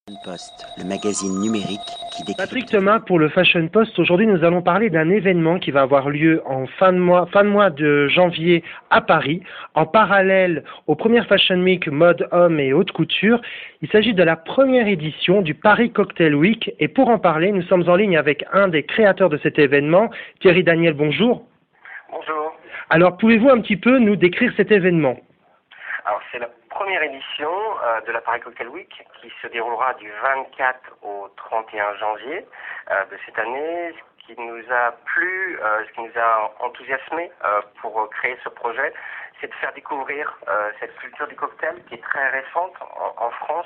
Post, le magazine numérique qui décrypte... Patrick Thomas pour le Fashion Post. Aujourd'hui, nous allons parler d'un événement qui va avoir lieu en fin de mois de janvier à Paris, en parallèle aux premières Fashion Week mode homme et haute couture. Il s'agit de la première édition du Paris Cocktail Week. Et pour en parler, nous sommes en ligne avec un des créateurs de cet événement, Thierry Daniel. Bonjour. Bonjour. Alors, pouvez-vous un petit peu nous décrire cet événement ? Alors, c'est la première édition de la Paris Cocktail Week qui se déroulera du 24 au 31 janvier de cette année. Ce qui nous a plu, ce qui nous a enthousiasmé pour créer ce projet, c'est de faire découvrir cette culture du cocktail qui est très récente en France.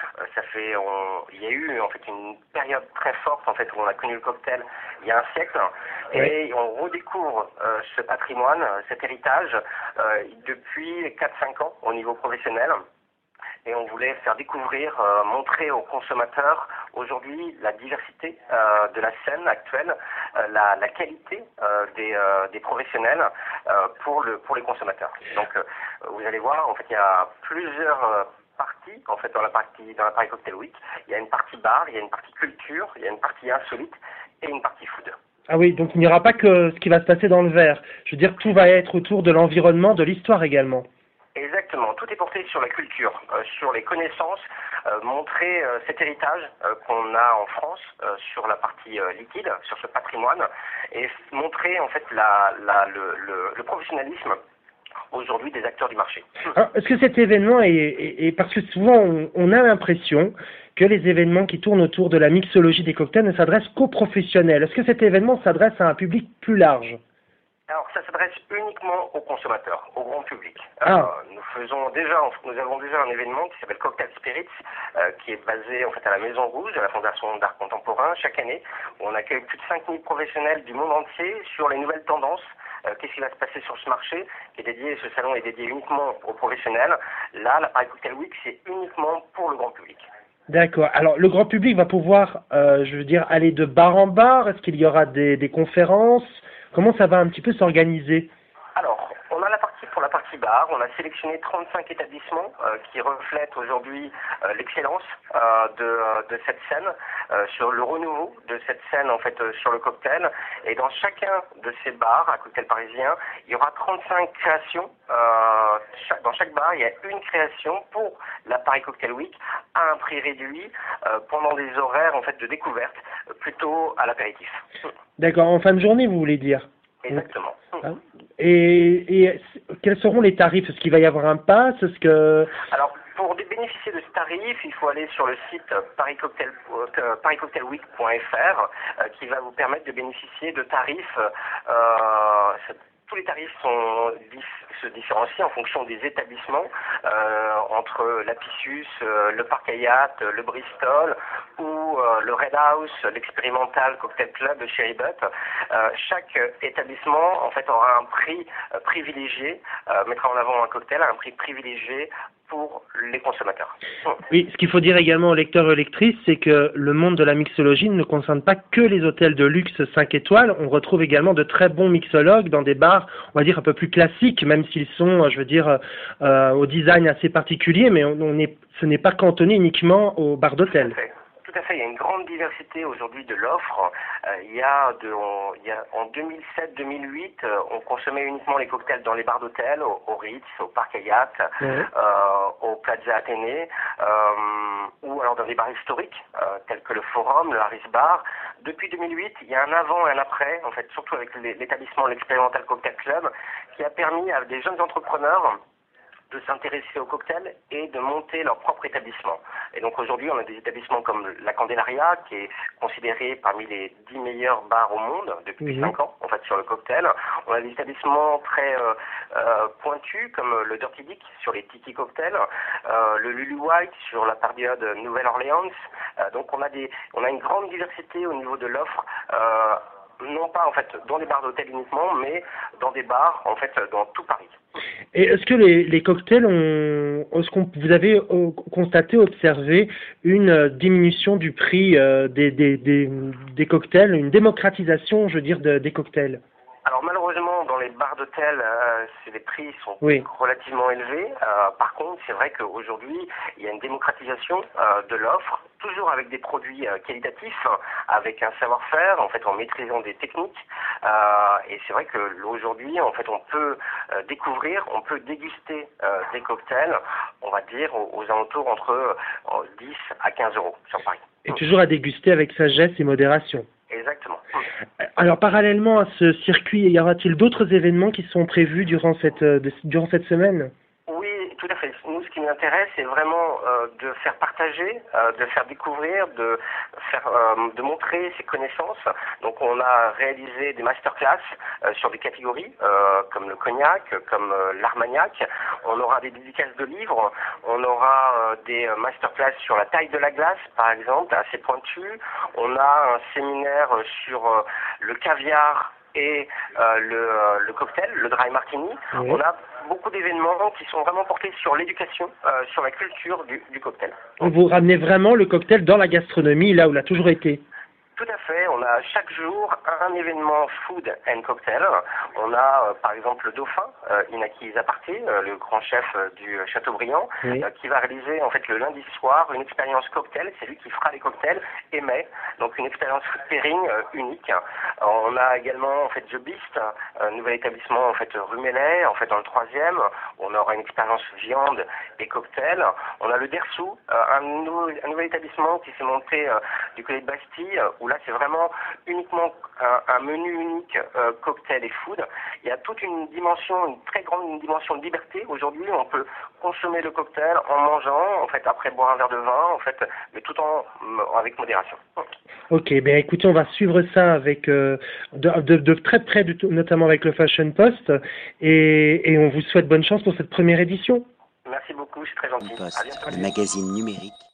Il y a eu en fait une période très forte en fait où on a connu le cocktail il y a un siècle et on redécouvre ce patrimoine, cet héritage depuis 4-5 ans au niveau professionnel. Et on voulait faire découvrir, montrer aux consommateurs aujourd'hui la diversité de la scène actuelle, la qualité des professionnels pour les consommateurs. Donc vous allez voir, en fait, il y a plusieurs parties en fait dans la Paris Cocktail Week. Il y a une partie bar, il y a une partie culture, il y a une partie insolite et une partie food. Ah oui, donc il n'y aura pas que ce qui va se passer dans le verre. Je veux dire, tout va être autour de l'environnement, de l'histoire également. Exactement, tout est porté sur la culture, sur les connaissances, montrer cet héritage qu'on a en France sur la partie liquide, sur ce patrimoine, et montrer en fait le professionnalisme aujourd'hui des acteurs du marché. Alors, est-ce que cet événement est parce que souvent on a l'impression que les événements qui tournent autour de la mixologie des cocktails ne s'adressent qu'aux professionnels. Est-ce que cet événement s'adresse à un public plus large ? Alors, ça s'adresse uniquement aux consommateurs, au grand public. Nous avons déjà un événement qui s'appelle Cocktail Spirits, qui est basé en fait à la Maison Rouge, à la Fondation d'Art Contemporain, chaque année, où on accueille plus de 5000 professionnels du monde entier sur les nouvelles tendances. Qu'est-ce qui va se passer sur ce marché ce salon est dédié uniquement aux professionnels. Là, la Paris Cocktail Week, c'est uniquement pour le grand public. D'accord. Alors, le grand public va pouvoir, aller de bar en bar. Est-ce qu'il y aura des conférences ? Comment ça va un petit peu s'organiser ? Alors, on a pour la partie bar, on a sélectionné 35 établissements qui reflètent aujourd'hui l'excellence de cette scène, sur le renouveau de cette scène en fait sur le cocktail. Et dans chacun de ces bars, à cocktail parisien, il y aura 35 créations. Dans chaque bar, il y a une création pour la Paris Cocktail Week à un prix réduit pendant des horaires en fait de découverte, plutôt à l'apéritif. D'accord, en fin de journée, vous voulez dire ? Exactement. Et quels seront les tarifs ? Est-ce qu'il va y avoir un pass ? Alors, pour bénéficier de ce tarif, il faut aller sur le site pariscocktailweek.fr qui va vous permettre de bénéficier de tarifs. Tous les tarifs se différencient en fonction des établissements, entre l'Apicius, le Parc Hyatt, le Bristol ou le Red House, l'expérimental Cocktail Club de Cherry Butte. Chaque établissement en fait aura un prix privilégié, mettra en avant un cocktail à un prix privilégié pour les consommateurs. Oui, ce qu'il faut dire également aux lecteurs et aux lectrices, c'est que le monde de la mixologie ne concerne pas que les hôtels de luxe 5 étoiles. On retrouve également de très bons mixologues dans des bars, on va dire, un peu plus classiques, même s'ils sont, au design assez particulier, mais ce n'est pas cantonné uniquement aux bars d'hôtel. Tout à fait, il y a une grande diversité aujourd'hui de l'offre. En 2007-2008, on consommait uniquement les cocktails dans les bars d'hôtel, au Ritz, au Parc Hyatt, au Plaza Athénée, ou alors dans des bars historiques, tels que le Forum, le Harris Bar. Depuis 2008, il y a un avant et un après, en fait, surtout avec l'établissement l'Expérimental Cocktail Club, qui a permis à des jeunes entrepreneurs de s'intéresser au cocktail et de monter leur propre établissement. Et donc aujourd'hui, on a des établissements comme la Candelaria, qui est considéré parmi les 10 meilleurs bars au monde depuis 5 ans, en fait, sur le cocktail. On a des établissements très pointus, comme le Dirty Dick sur les tiki cocktails, le Lulu White sur la période Nouvelle-Orléans. Donc on a une grande diversité au niveau de l'offre, non pas en fait dans les bars d'hôtel uniquement, mais dans des bars en fait dans tout Paris. Et est-ce que les cocktails vous avez constaté, observé une diminution du prix des cocktails, une démocratisation, je veux dire, des cocktails? Alors malheureusement, dans les bars d'hôtel, les prix sont relativement élevés. Par contre, c'est vrai qu'aujourd'hui, il y a une démocratisation de l'offre toujours avec des produits qualitatifs, avec un savoir-faire, en fait, en maîtrisant des techniques. Et c'est vrai que aujourd'hui, en fait, on peut découvrir, on peut déguster des cocktails, on va dire, aux alentours entre 10 à 15 euros sur Paris. Et toujours à déguster avec sagesse et modération. Exactement. Alors, parallèlement à ce circuit, y aura-t-il d'autres événements qui sont prévus durant cette semaine? Oui, tout à fait. Nous, ce qui nous intéresse, c'est vraiment de faire partager, de faire découvrir, de montrer ses connaissances. Donc, on a réalisé des masterclass sur des catégories comme le cognac, comme l'armagnac. On aura des dédicaces de livres. On aura des masterclass sur la taille de la glace, par exemple, assez pointu. On a un séminaire sur le caviar et le cocktail, le dry martini. Oui. On a beaucoup d'événements qui sont vraiment portés sur l'éducation, sur la culture du cocktail. Vous ramenez vraiment le cocktail dans la gastronomie, là où il a toujours été. Tout à fait, on a chaque jour un événement food and cocktail. On a par exemple le dauphin, Inaki Zaparté, le grand chef du Châteaubriand, Oui. qui va réaliser en fait le lundi soir une expérience cocktail. C'est lui qui fera les cocktails et met donc une expérience food pairing unique. On a également en fait The Beast, un nouvel établissement en fait rue Mellet, en fait dans le 3e. On aura une expérience viande et cocktail. On a le Dersou, un nouvel établissement qui s'est monté du côté de Bastille, où là c'est vraiment uniquement un menu unique cocktail et food. Il y a toute une dimension, une très grande dimension de liberté. Aujourd'hui, on peut consommer le cocktail en mangeant, en fait après boire un verre de vin, en fait, mais tout avec modération. Ok, ben écoutez, on va suivre ça avec de très près, notamment avec le Fashion Post, et on vous souhaite bonne chance pour cette première édition. Merci beaucoup, c'est très gentil. À Post, bientôt. le magazine numérique